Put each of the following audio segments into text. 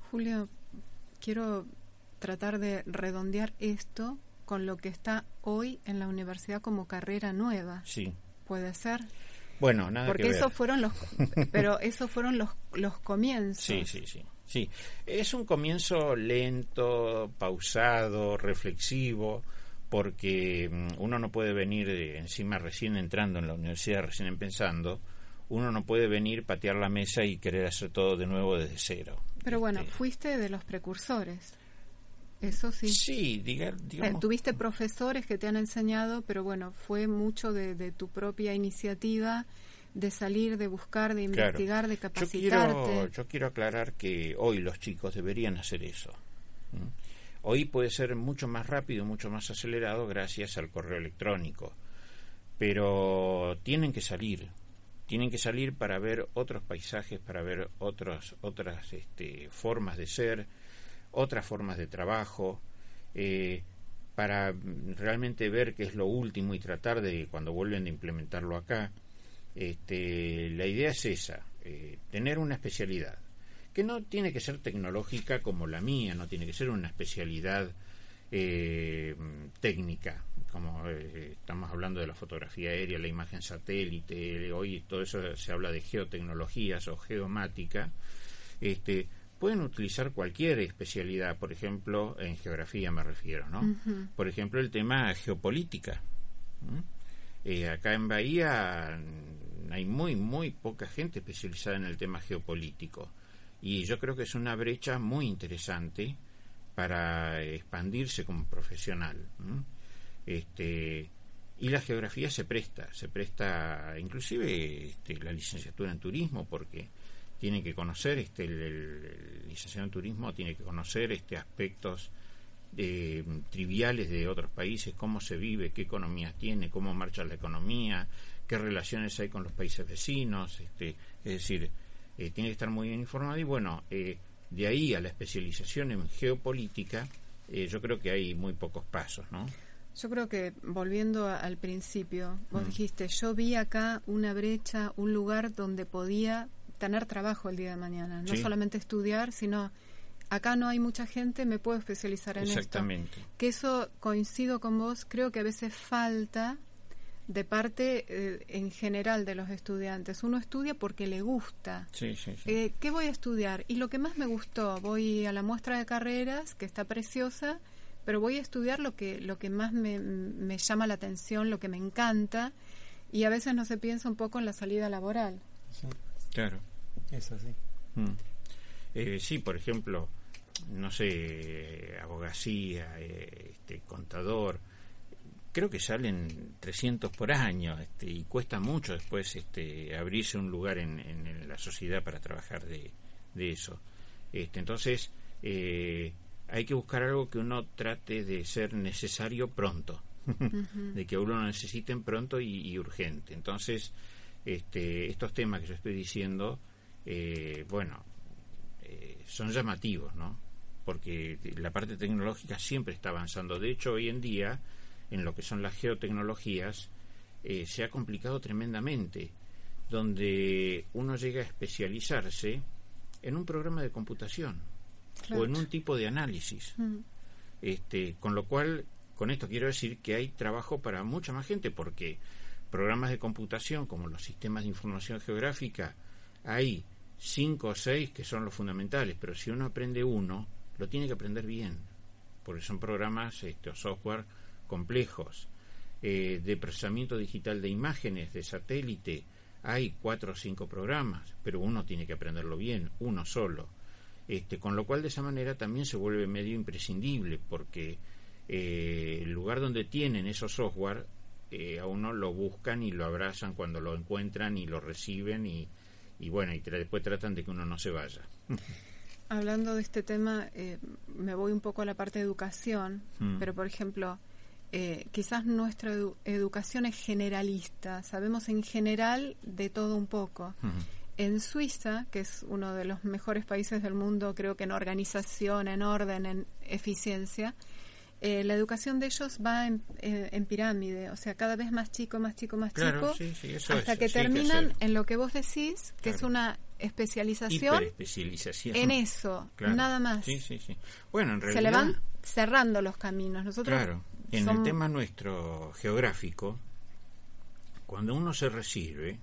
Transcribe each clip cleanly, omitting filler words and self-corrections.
Julio, quiero tratar de redondear esto con lo que está hoy en la universidad como carrera nueva. Sí. ¿Puede ser? Bueno, nada porque que ver. Esos fueron los comienzos. Sí. Es un comienzo lento, pausado, reflexivo, porque uno no puede venir encima recién entrando en la universidad, recién empezando, uno no puede venir, patear la mesa y querer hacer todo de nuevo desde cero. Pero bueno, fuiste de los precursores. Eso sí. Sí, digamos. Tuviste profesores que te han enseñado, pero bueno, fue mucho de tu propia iniciativa, de salir, de buscar, de investigar, de capacitarte. Yo quiero aclarar que hoy los chicos deberían hacer eso. Hoy puede ser mucho más rápido, mucho más acelerado gracias al correo electrónico. Pero tienen que salir para ver otros paisajes, para ver otras formas de ser, otras formas de trabajo, para realmente ver qué es lo último y tratar de, cuando vuelven, de implementarlo acá. La idea es esa, tener una especialidad, que no tiene que ser tecnológica como la mía, no tiene que ser una especialidad técnica, como estamos hablando de la fotografía aérea, la imagen satélite, hoy todo eso se habla de geotecnologías o geomática. Pueden utilizar cualquier especialidad, por ejemplo, en geografía me refiero, ¿no? Uh-huh. Por ejemplo, el tema geopolítica. Acá en Bahía hay muy poca gente especializada en el tema geopolítico, y yo creo que es una brecha muy interesante para expandirse como profesional. Y la geografía se presta inclusive la licenciatura en turismo, porque tiene que conocer el licenciado en turismo tiene que conocer aspectos triviales de otros países, cómo se vive, qué economías tiene, cómo marcha la economía, qué relaciones hay con los países vecinos, es decir, tiene que estar muy bien informado. Y bueno, de ahí a la especialización en geopolítica, yo creo que hay muy pocos pasos, ¿no? Yo creo que, volviendo al principio, vos dijiste, yo vi acá una brecha, un lugar donde podía tener trabajo el día de mañana, no solamente estudiar, sino acá no hay mucha gente, me puedo especializar en esto. Exactamente. Que eso, coincido con vos, creo que a veces falta de parte en general de los estudiantes. Uno estudia porque le gusta. Sí. ¿Qué voy a estudiar? Y lo que más me gustó, voy a la muestra de carreras, que está preciosa, pero voy a estudiar lo que más me llama la atención, lo que me encanta, y a veces no se piensa un poco en la salida laboral. Sí. Claro. Es así. Sí, por ejemplo, no sé, abogacía, contador, creo que salen 300 por año, y cuesta mucho después abrirse un lugar en la sociedad para trabajar de eso. Entonces, hay que buscar algo que uno trate de ser necesario pronto, de que uno lo necesiten pronto y urgente. Entonces, estos temas que yo estoy diciendo, son llamativos, ¿no? Porque la parte tecnológica siempre está avanzando. De hecho, hoy en día, en lo que son las geotecnologías, se ha complicado tremendamente, donde uno llega a especializarse en un programa de computación, claro, o en un tipo de análisis. Con lo cual, con esto quiero decir que hay trabajo para mucha más gente, porque programas de computación como los sistemas de información geográfica, hay 5 o 6 que son los fundamentales, pero si uno aprende uno, lo tiene que aprender bien, porque son programas o software complejos. De procesamiento digital de imágenes, de satélite, hay 4 o 5 programas, pero uno tiene que aprenderlo bien, uno solo. Con lo cual, de esa manera también se vuelve medio imprescindible, porque el lugar donde tienen esos software, a uno lo buscan y lo abrazan cuando lo encuentran y lo reciben y después tratan de que uno no se vaya. Hablando de este tema, me voy un poco a la parte de educación, pero por ejemplo, quizás nuestra educación es generalista, sabemos en general de todo un poco. En Suiza, que es uno de los mejores países del mundo, creo que en organización, en orden, en eficiencia, la educación de ellos va en pirámide, o sea, cada vez más chico, más chico, más claro, chico, sí, eso hasta que terminan en lo que vos decís, que es una especialización, hiperespecialización en eso, nada más. Sí. Bueno, en realidad se le van cerrando los caminos. Nosotros en el tema nuestro geográfico, cuando uno se recibe,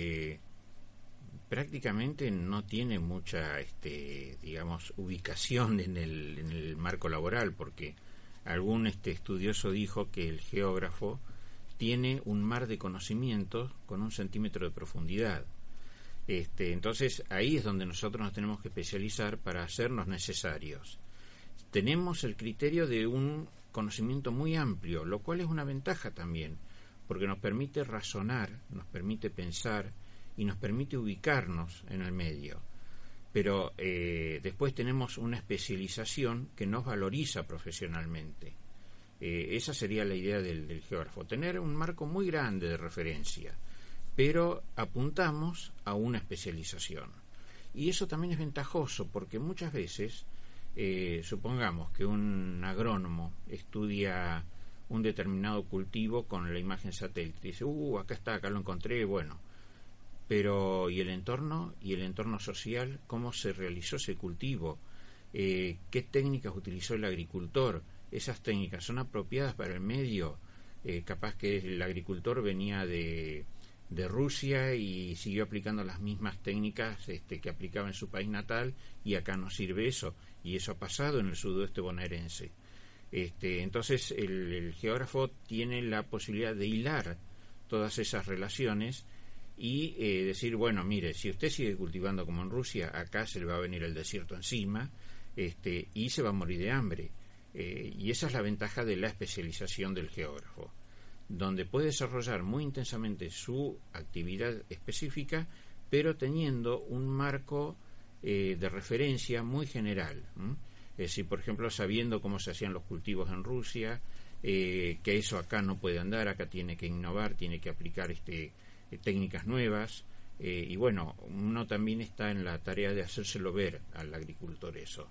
prácticamente no tiene mucha, digamos, ubicación en el marco laboral, porque algún estudioso dijo que el geógrafo tiene un mar de conocimientos con 1 centímetro de profundidad. Entonces ahí es donde nosotros nos tenemos que especializar para hacernos necesarios. Tenemos el criterio de un conocimiento muy amplio, lo cual es una ventaja también, porque nos permite razonar, nos permite pensar y nos permite ubicarnos en el medio. Pero después tenemos una especialización que nos valoriza profesionalmente. Esa sería la idea del geógrafo, tener un marco muy grande de referencia, pero apuntamos a una especialización. Y eso también es ventajoso, porque muchas veces, supongamos que un agrónomo estudia un determinado cultivo con la imagen satélite, dice, acá está, acá lo encontré, bueno, pero ¿y el entorno social? ¿Cómo se realizó ese cultivo? ¿Qué técnicas utilizó el agricultor? ¿Esas técnicas son apropiadas para el medio? Capaz que el agricultor venía de Rusia y siguió aplicando las mismas técnicas que aplicaba en su país natal, y acá no sirve eso, y eso ha pasado en el sudoeste bonaerense. Entonces el geógrafo tiene la posibilidad de hilar todas esas relaciones y decir, bueno, mire, si usted sigue cultivando como en Rusia, acá se le va a venir el desierto encima, y se va a morir de hambre. Y esa es la ventaja de la especialización del geógrafo, donde puede desarrollar muy intensamente su actividad específica, pero teniendo un marco de referencia muy general. Es decir, por ejemplo, sabiendo cómo se hacían los cultivos en Rusia, que eso acá no puede andar, acá tiene que innovar, tiene que aplicar técnicas nuevas, y bueno, uno también está en la tarea de hacérselo ver al agricultor eso.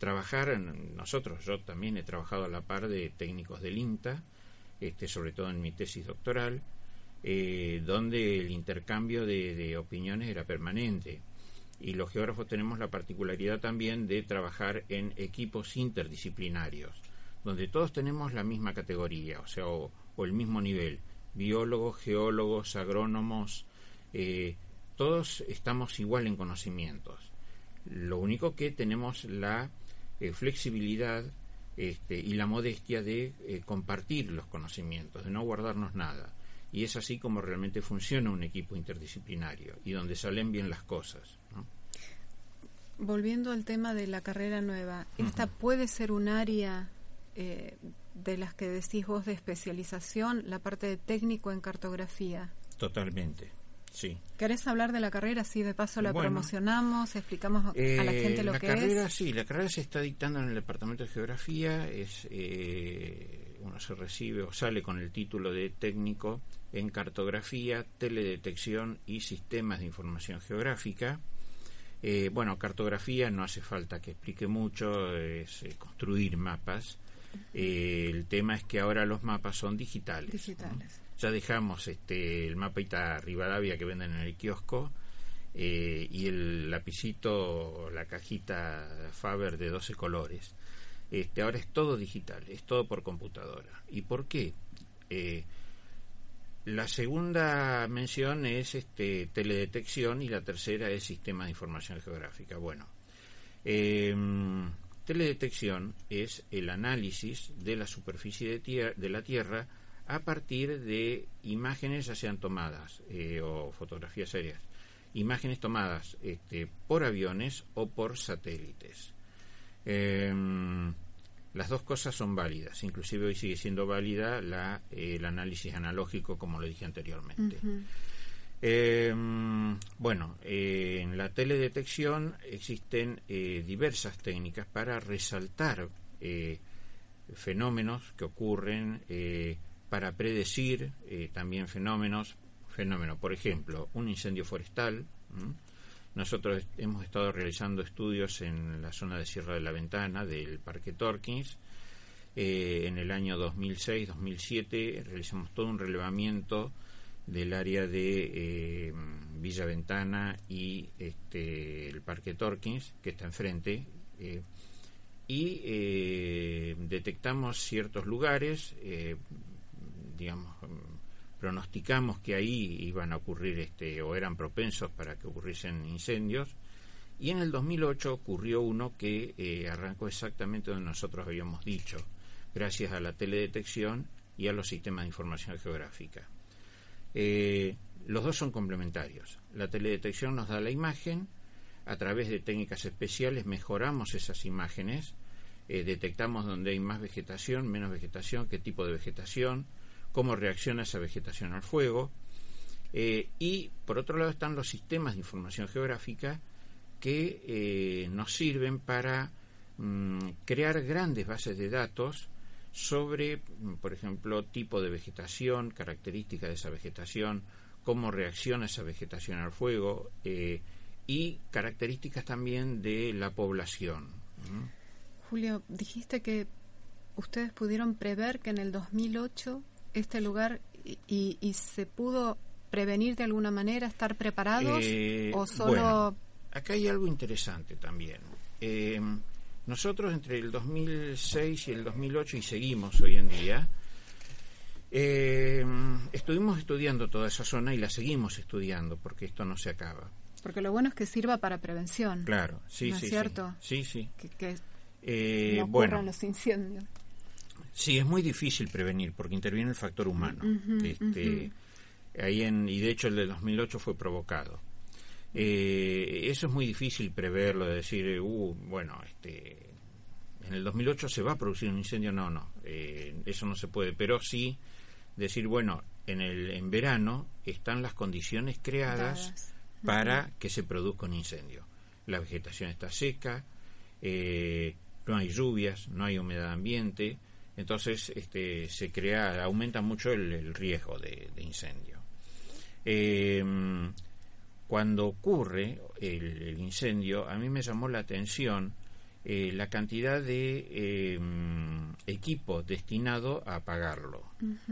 Yo también he trabajado a la par de técnicos del INTA, sobre todo en mi tesis doctoral, donde el intercambio de opiniones era permanente. Y los geógrafos tenemos la particularidad también de trabajar en equipos interdisciplinarios, donde todos tenemos la misma categoría, o sea, o el mismo nivel, biólogos, geólogos, agrónomos, todos estamos igual en conocimientos. Lo único que tenemos la flexibilidad y la modestia de compartir los conocimientos, de no guardarnos nada. Y es así como realmente funciona un equipo interdisciplinario y donde salen bien las cosas, ¿no? Volviendo al tema de la carrera nueva, ¿esta puede ser un área de las que decís vos de especialización, la parte de técnico en cartografía? Totalmente, sí. ¿Querés hablar de la carrera? Sí, de paso la promocionamos, explicamos a la gente lo que es. Sí, la carrera se está dictando en el Departamento de Geografía, uno se recibe o sale con el título de técnico en cartografía, teledetección y sistemas de información geográfica. Cartografía no hace falta que explique mucho, es construir mapas. El tema es que ahora los mapas son digitales. ¿No? Ya dejamos el mapita Rivadavia que venden en el kiosco, y el lapicito, la cajita Faber de 12 colores. Ahora es todo digital, es todo por computadora. ¿Y por qué? La segunda mención es teledetección y la tercera es sistema de información geográfica. Bueno, teledetección es el análisis de la superficie de la Tierra a partir de imágenes, ya sean tomadas o fotografías aéreas, imágenes tomadas por aviones o por satélites. Las dos cosas son válidas, inclusive hoy sigue siendo válida el análisis analógico, como lo dije anteriormente. En la teledetección existen diversas técnicas para resaltar fenómenos que ocurren, para predecir también fenómenos, por ejemplo, un incendio forestal. Nosotros hemos estado realizando estudios en la zona de Sierra de la Ventana del Parque Torkins, En el año 2006-2007 realizamos todo un relevamiento del área de Villa Ventana y el Parque Torkins, que está enfrente, y detectamos ciertos lugares, pronosticamos que ahí iban a ocurrir o eran propensos para que ocurriesen incendios, y en el 2008 ocurrió uno que arrancó exactamente donde nosotros habíamos dicho, gracias a la teledetección y a los sistemas de información geográfica. Los dos son complementarios. La teledetección nos da la imagen, a través de técnicas especiales mejoramos esas imágenes, detectamos dónde hay más vegetación, menos vegetación, qué tipo de vegetación, cómo reacciona esa vegetación al fuego, y por otro lado están los sistemas de información geográfica que nos sirven para crear grandes bases de datos sobre, por ejemplo, tipo de vegetación, características de esa vegetación, cómo reacciona esa vegetación al fuego, y características también de la población. Julio, dijiste que ustedes pudieron prever que en el 2008 este lugar y se pudo prevenir de alguna manera, estar preparados, o solo... Bueno, acá hay algo interesante también. Nosotros entre el 2006 y el 2008, y seguimos hoy en día, estuvimos estudiando toda esa zona y la seguimos estudiando porque esto no se acaba. Porque lo bueno es que sirva para prevención. Claro, sí, ¿no sí, es cierto? Sí, sí. Que no ocurran los incendios. Sí, es muy difícil prevenir porque interviene el factor humano. Y de hecho el de 2008 fue provocado. Eso es muy difícil preverlo, de decir, en el 2008 se va a producir un incendio. No, eso no se puede, pero sí decir, bueno, en verano están las condiciones creadas para que se produzca un incendio. La vegetación está seca, no hay lluvias, no hay humedad ambiente, entonces aumenta mucho el riesgo de incendio. Cuando ocurre el incendio, a mí me llamó la atención la cantidad de equipo destinado a apagarlo.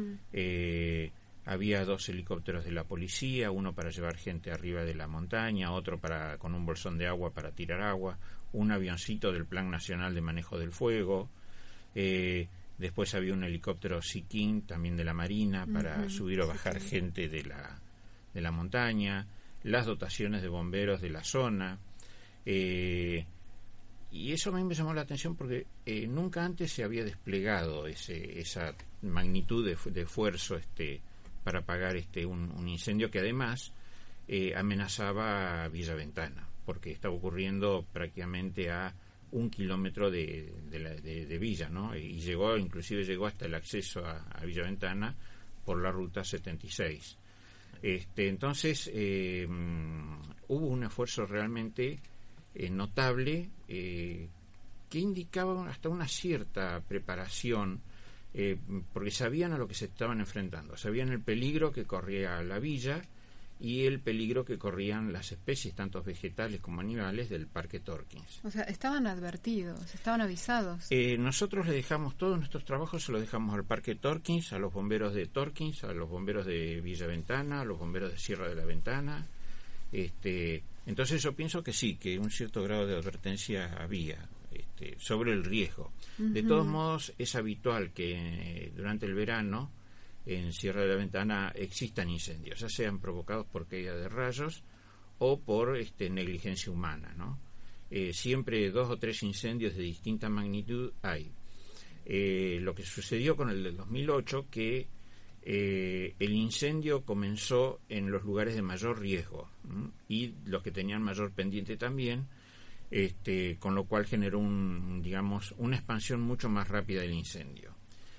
Había 2 helicópteros de la policía, uno para llevar gente arriba de la montaña, otro con un bolsón de agua para tirar agua, un avioncito del Plan Nacional de Manejo del Fuego, después había un helicóptero Sea King, también de la Marina, para subir o bajar gente de la montaña, las dotaciones de bomberos de la zona, y eso a mí me llamó la atención porque nunca antes se había desplegado esa magnitud de esfuerzo para apagar un incendio que además amenazaba a Villa Ventana, porque estaba ocurriendo prácticamente a 1 kilómetro de Villa, ¿no? Y inclusive llegó hasta el acceso a Villa Ventana por la ruta 76. Entonces hubo un esfuerzo realmente notable que indicaba hasta una cierta preparación, porque sabían a lo que se estaban enfrentando, sabían el peligro que corría la villa y el peligro que corrían las especies, tanto vegetales como animales, del Parque Torkins. O sea, estaban advertidos, estaban avisados. Nosotros le dejamos todos nuestros trabajos, se los dejamos al Parque Torkins, a los bomberos de Torkins, a los bomberos de Villa Ventana, a los bomberos de Sierra de la Ventana. Entonces yo pienso que sí, que un cierto grado de advertencia había sobre el riesgo. De todos modos, es habitual que durante el verano en Sierra de la Ventana existan incendios, ya sean provocados por caída de rayos o por negligencia humana, ¿no? Siempre 2 o 3 incendios de distinta magnitud hay. Lo que sucedió con el del 2008, que el incendio comenzó en los lugares de mayor riesgo, y los que tenían mayor pendiente también, con lo cual generó una expansión mucho más rápida del incendio.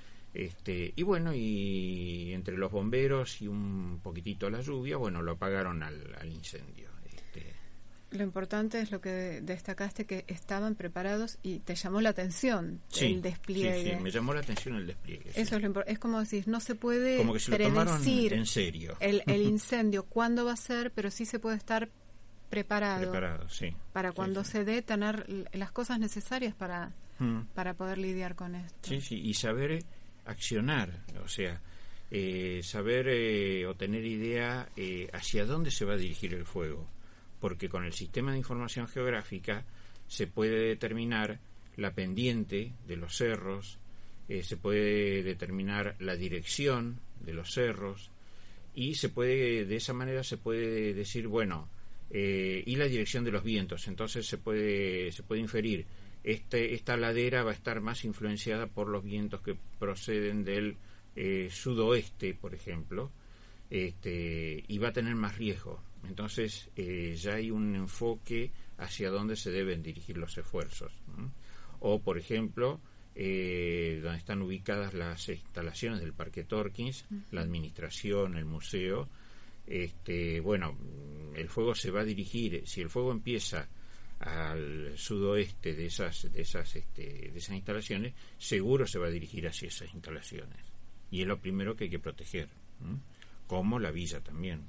Y entre los bomberos y un poquitito la lluvia, lo apagaron al incendio. Lo importante es lo que destacaste, que estaban preparados, y te llamó la atención el despliegue. Sí, me llamó la atención el despliegue. Eso es lo importante. Es como decir, no se puede como que se lo tomaron en serio el incendio, cuándo va a ser, pero sí se puede estar preparado, sí. Para cuando se dé, tener las cosas necesarias para poder lidiar con esto. Sí, sí, y saber accionar, o sea, saber o tener idea hacia dónde se va a dirigir el fuego, porque con el sistema de información geográfica se puede determinar la pendiente de los cerros, se puede determinar la dirección de los cerros, y de esa manera se puede decir, bueno, y la dirección de los vientos. Entonces se puede inferir, esta ladera va a estar más influenciada por los vientos que proceden del sudoeste, por ejemplo, y va a tener más riesgo. Entonces ya hay un enfoque hacia dónde se deben dirigir los esfuerzos, ¿no? O, por ejemplo, donde están ubicadas las instalaciones del Parque Torkins, la administración, el museo. Bueno, el fuego se va a dirigir, si el fuego empieza al sudoeste de esas instalaciones, seguro se va a dirigir hacia esas instalaciones, y es lo primero que hay que proteger, ¿no? Como la villa también.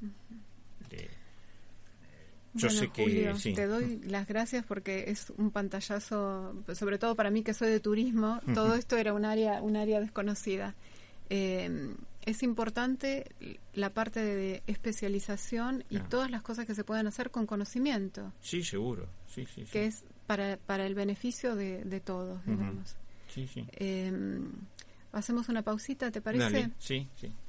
Yo bueno, sé que Julio, sí. Te doy las gracias porque es un pantallazo, sobre todo para mí que soy de turismo. Todo esto era un área desconocida. Es importante la parte de especialización y todas las cosas que se puedan hacer con conocimiento. Sí, seguro. Sí. Que es para el beneficio de todos, digamos. Sí. Hacemos una pausita, ¿te parece? Dale. Sí.